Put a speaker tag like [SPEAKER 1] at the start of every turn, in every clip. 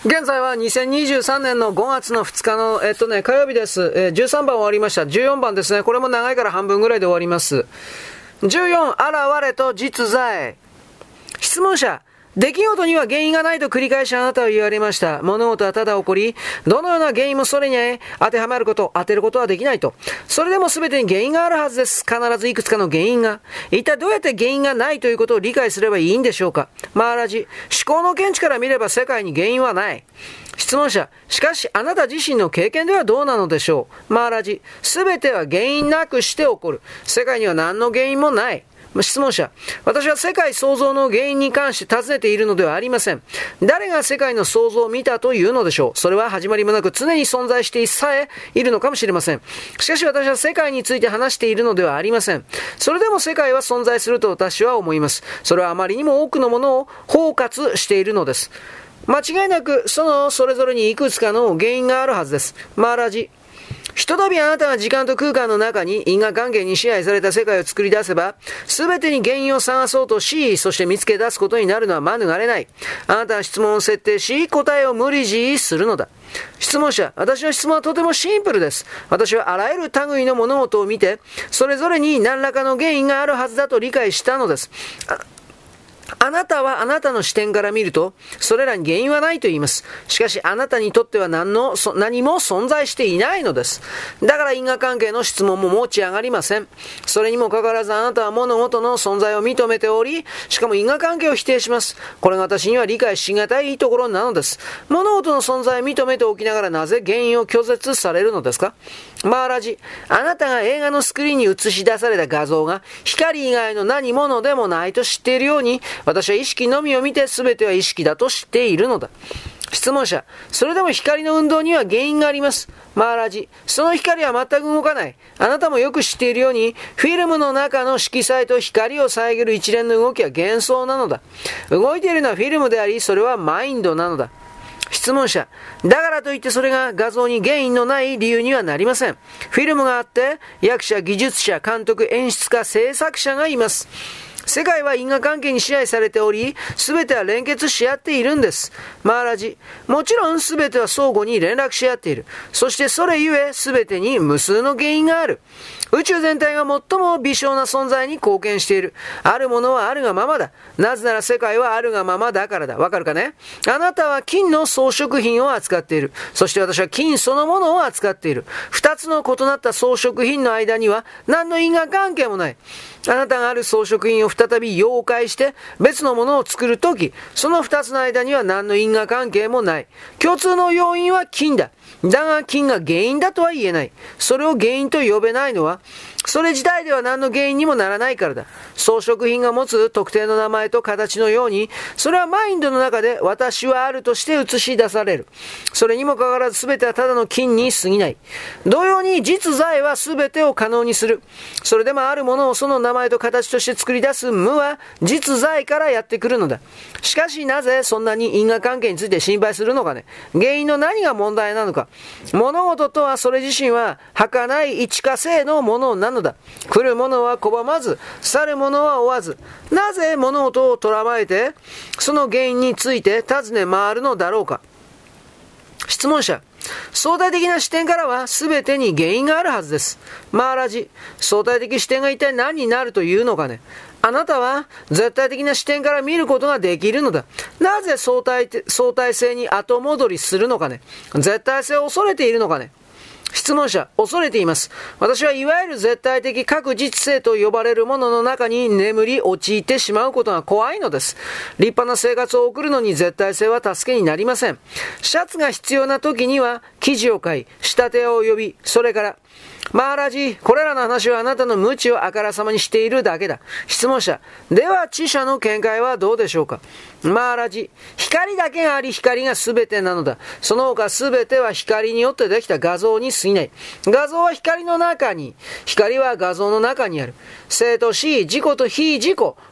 [SPEAKER 1] 現在は2023年の5月の2日の、火曜日です。13番終わりました。14番ですね。これも長いから半分ぐらいで終わります。14、現れと実在。質問者。出来事には原因がないと繰り返しあなたは言われました。物事はただ起こり、どのような原因もそれに当てはまること、当てることはできないと。それでも全てに原因があるはずです。必ずいくつかの原因が。一体どうやって原因がないということを理解すればいいんでしょうか。マーラジ、思考の見地から見れば世界に原因はない。質問者、しかしあなた自身の経験ではどうなのでしょう。マーラジ、全ては原因なくして起こる。世界には何の原因もない。質問者、私は世界創造の原因に関して尋ねているのではありません。誰が世界の創造を見たというのでしょう。それは始まりもなく常に存在してさえいるのかもしれません。しかし私は世界について話しているのではありません。それでも世界は存在すると私は思います。それはあまりにも多くのものを包括しているのです。間違いなくそれぞれにいくつかの原因があるはずです。マーラジ、ひとたびあなたが時間と空間の中に因果関係に支配された世界を作り出せば、すべてに原因を探そうとし、そして見つけ出すことになるのは免れない。あなたは質問を設定し、答えを無理強いするのだ。質問者、私の質問はとてもシンプルです。私はあらゆる類の物事を見て、それぞれに何らかの原因があるはずだと理解したのです。あなたはあなたの視点から見ると、それらに原因はないと言います。しかしあなたにとっては何も存在していないのです。だから因果関係の質問も持ち上がりません。それにもかかわらずあなたは物事の存在を認めており、しかも因果関係を否定します。これが私には理解しがたいところなのです。物事の存在を認めておきながらなぜ原因を拒絶されるのですか。マーラジ、あなたが映画のスクリーンに映し出された画像が光以外の何者でもないと知っているように、私は意識のみを見て全ては意識だと知っているのだ。質問者、それでも光の運動には原因があります。マーラジ、その光は全く動かない。あなたもよく知っているように、フィルムの中の色彩と光を遮る一連の動きは幻想なのだ。動いているのはフィルムであり、それはマインドなのだ。質問者、だからといってそれが画像に原因のない理由にはなりません。フィルムがあって、役者、技術者、監督、演出家、制作者がいます。世界は因果関係に支配されており、すべては連結し合っているんです。マーラジ、もちろんすべては相互に連絡し合っている。そしてそれゆえすべてに無数の原因がある。宇宙全体が最も微小な存在に貢献している。あるものはあるがままだ。なぜなら世界はあるがままだからだ。わかるかね。あなたは金の装飾品を扱っている。そして私は金そのものを扱っている。二つの異なった装飾品の間には何の因果関係もない。あなたがある装飾品を再び溶解して別のものを作るとき、その二つの間には何の因果関係もない。共通の要因は金だ。だが金が原因だとは言えない。それを原因と呼べないのは、それ自体では何の原因にもならないからだ。装飾品が持つ特定の名前と形のように、それはマインドの中で私はあるとして映し出される。それにもかかわらず全てはただの金に過ぎない。同様に実在は全てを可能にする。それでもあるものをその名前と形として作り出す無は実在からやってくるのだ。しかしなぜそんなに因果関係について心配するのかね。原因の何が問題なのか。物事とはそれ自身は儚い一過性のものなのだ。来るものは拒まず、去るものは追わず。なぜ物事を捉まえて、その原因について尋ね回るのだろうか。質問者、相対的な視点からは全てに原因があるはずです。マーラジ、相対的視点が一体何になるというのかね。あなたは絶対的な視点から見ることができるのだ。なぜ相対性に後戻りするのかね。絶対性を恐れているのかね。質問者、恐れています。私はいわゆる絶対的確実性と呼ばれるものの中に眠り陥ってしまうことが怖いのです。立派な生活を送るのに絶対性は助けになりません。シャツが必要な時には生地を買い、仕立て屋を呼び、それからマーラジ、これらの話はあなたの無知をあからさまにしているだけだ。質問者、では知者の見解はどうでしょうか。マーラジ、光だけがあり光が全てなのだ。その他全ては光によってできた画像に過ぎない。画像は光の中に、光は画像の中にある。生と死、自己と非自己、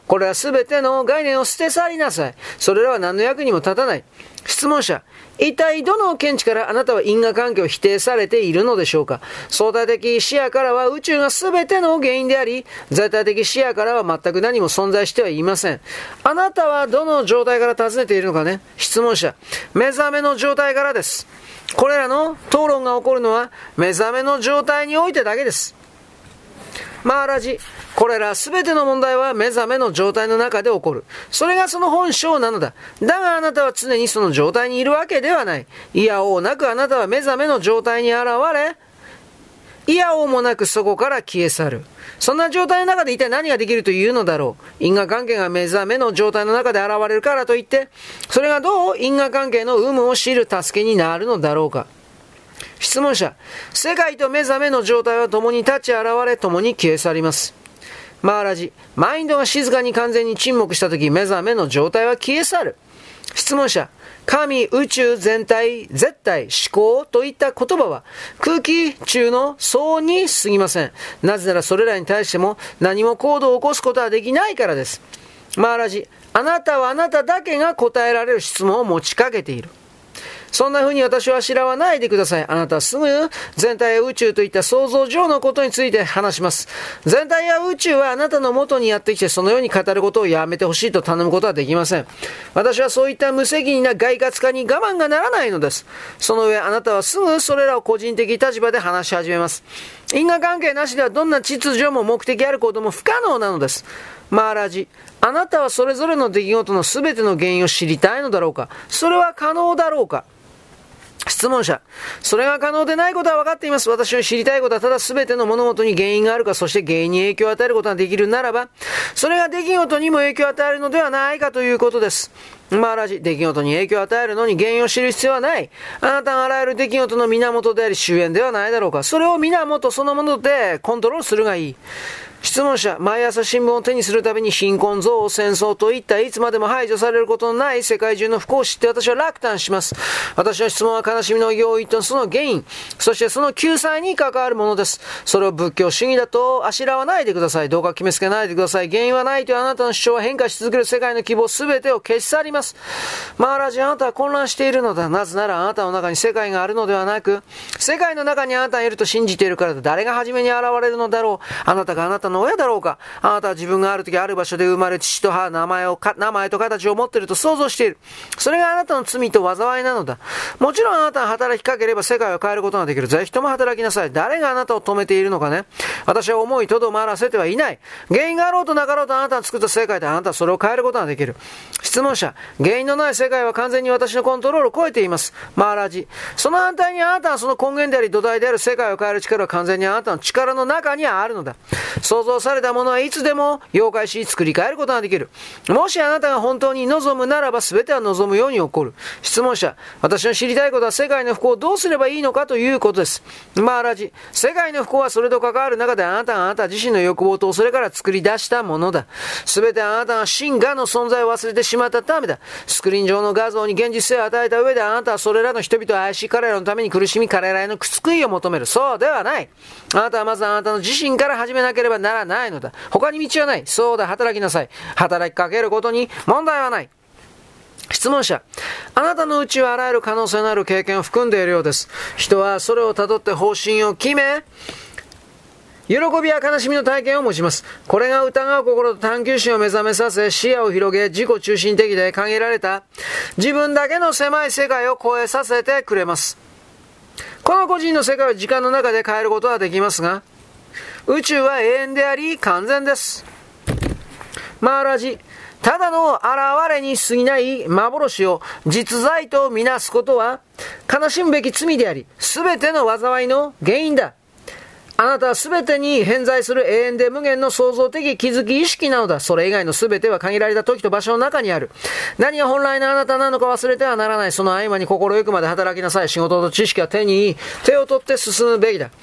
[SPEAKER 1] これはすべての概念を捨て去りなさい。それらは何の役にも立たない。質問者、一体どの見地からあなたは因果関係を否定されているのでしょうか。相対的視野からは宇宙が全ての原因であり、絶対的視野からは全く何も存在してはいません。あなたはどの状態から尋ねているのかね。質問者、目覚めの状態からです。これらの討論が起こるのは目覚めの状態においてだけです。マーラジ、これらすべての問題は目覚めの状態の中で起こる。それがその本性なのだ。だがあなたは常にその状態にいるわけではない。いやおうなくあなたは目覚めの状態に現れ、いやおうもなくそこから消え去る。そんな状態の中で一体何ができるというのだろう。因果関係が目覚めの状態の中で現れるからといって、それがどう因果関係の有無を知る助けになるのだろうか。質問者、世界と目覚めの状態は共に立ち現れ、共に消え去ります。マーラジ、マインドが静かに完全に沈黙したとき、目覚めの状態は消え去る。質問者、神、宇宙、全体、絶対、思考といった言葉は空気中の騒に過ぎません。なぜならそれらに対しても何も行動を起こすことはできないからです。マーラジ、あなたはあなただけが答えられる質問を持ちかけている。そんな風に私はあしらわないでください。あなたはすぐ全体や宇宙といった想像上のことについて話します。全体や宇宙はあなたの元にやってきてそのように語ることをやめてほしいと頼むことはできません。私はそういった無責任な概括化に我慢がならないのです。その上あなたはすぐそれらを個人的立場で話し始めます。因果関係なしではどんな秩序も目的あることも不可能なのです。マーラジ、あなたはそれぞれの出来事の全ての原因を知りたいのだろうか。それは可能だろうか。質問者、それが可能でないことは分かっています。私の知りたいことはただ全ての物事に原因があるか、そして原因に影響を与えることができるならば、それが出来事にも影響を与えるのではないかということです。マーラジ、出来事に影響を与えるのに原因を知る必要はない。あなたがあらゆる出来事の源であり終焉ではないだろうか。それを源そのものでコントロールするがいい。質問者、毎朝新聞を手にするたびに貧困、憎悪、戦争といったいつまでも排除されることのない世界中の不幸を知って私は落胆します。私の質問は悲しみの要因とその原因、そしてその救済に関わるものです。それを仏教主義だとあしらわないでください。どうか決めつけないでください。原因はないというあなたの主張は変化し続ける世界の希望すべてを消し去ります。マーラジ、あなたは混乱しているのだ。なぜならあなたの中に世界があるのではなく、世界の中にあなたがいると信じているからだ。誰が初めに現れるのだろう。あなたがあなたの親だろうか。あなたは自分がある時ある場所で生まれ父と母、名前と形を持っていると想像している。それがあなたの罪と災いなのだ。もちろんあなたが働きかければ世界を変えることができる。ぜひとも働きなさい。誰があなたを止めているのかね。私は思いとどまらせてはいない。原因があろうとなかろうとあなたが作った世界であなたはそれを変えることができる。質問者、原因のない世界は完全に私のコントロールを超えています。マーラジ、その反対にあなたはその根源であり土台である世界を変える力は完全にあなたの力の中にあるのだ。創造されたものはいつでも溶解し作り変えることができる。もしあなたが本当に望むならば全ては望むように起こる。質問者、私の知りたいことは世界の不幸をどうすればいいのかということです。マーラジ、世界の不幸はそれと関わる中であなたがあなた自身の欲望と恐れから作り出したものだ。全てあなたが真我の存在を忘れてしまったためだ。スクリーン上の画像に現実性を与えた上であなたはそれらの人々を愛し彼らのために苦しみ彼らへの救いを求める。そうではない。あなたはまずあなたの自身から始めなければならないのだ。他に道はない。そうだ、働きなさい。働きかけることに問題はない。質問者、あなたのうちはあらゆる可能性のある経験を含んでいるようです。人はそれをたどって方針を決め、喜びや悲しみの体験を持ちます。これが疑う心と探求心を目覚めさせ、視野を広げ、自己中心的で限られた自分だけの狭い世界を超えさせてくれます。この個人の世界を時間の中で変えることはできますが、宇宙は永遠であり完全です。マーラジ、ただの現れに過ぎない幻を実在とみなすことは悲しむべき罪であり、すべての災いの原因だ。あなたはすべてに偏在する永遠で無限の創造的気づき意識なのだ。それ以外のすべては限られた時と場所の中にある。何が本来のあなたなのか忘れてはならない。その合間に心ゆくまで働きなさい。仕事と知識は手を取って進むべきだ。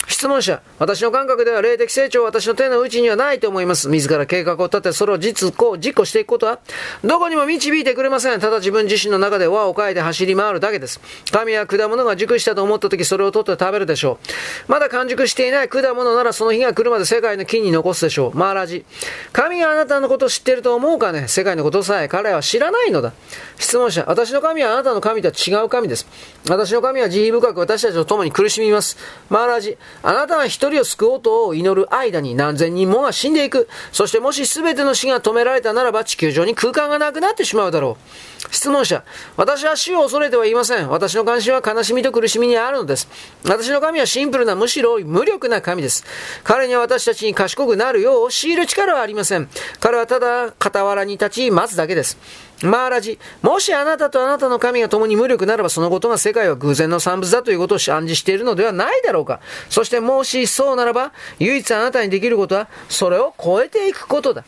[SPEAKER 1] 質問者、私の感覚では霊的成長は私の手の内にはないと思います。自ら計画を立て、それを実行していくことは、どこにも導いてくれません。ただ自分自身の中で輪を描いて走り回るだけです。神は果物が熟したと思ったとき、それを取って食べるでしょう。まだ完熟していない果物ならその日が来るまで世界の木に残すでしょう。マーラジ。神があなたのことを知っていると思うかね。世界のことさえ彼は知らないのだ。質問者、私の神はあなたの神とは違う神です。私の神は慈悲深く私たちと共に苦しみます。マーラジ。あなたが一人を救おうと祈る間に何千人もが死んでいく。そしてもし全ての死が止められたならば地球上に空間がなくなってしまうだろう。質問者、私は死を恐れてはいません。私の関心は悲しみと苦しみにあるのです。私の神はシンプルな、むしろ無力な神です。彼には私たちに賢くなるよう強いる力はありません。彼はただ傍らに立ち待つだけです。マーラジ、もしあなたとあなたの神が共に無力ならばそのことが世界は偶然の産物だということを暗示しているのではないだろうか。そしてもしそうならば唯一あなたにできることはそれを超えていくことだ。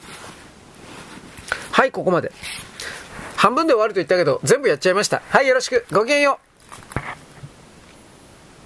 [SPEAKER 1] はい、ここまで。半分で終わると言ったけど全部やっちゃいました。はい、よろしく。ごきげんよう。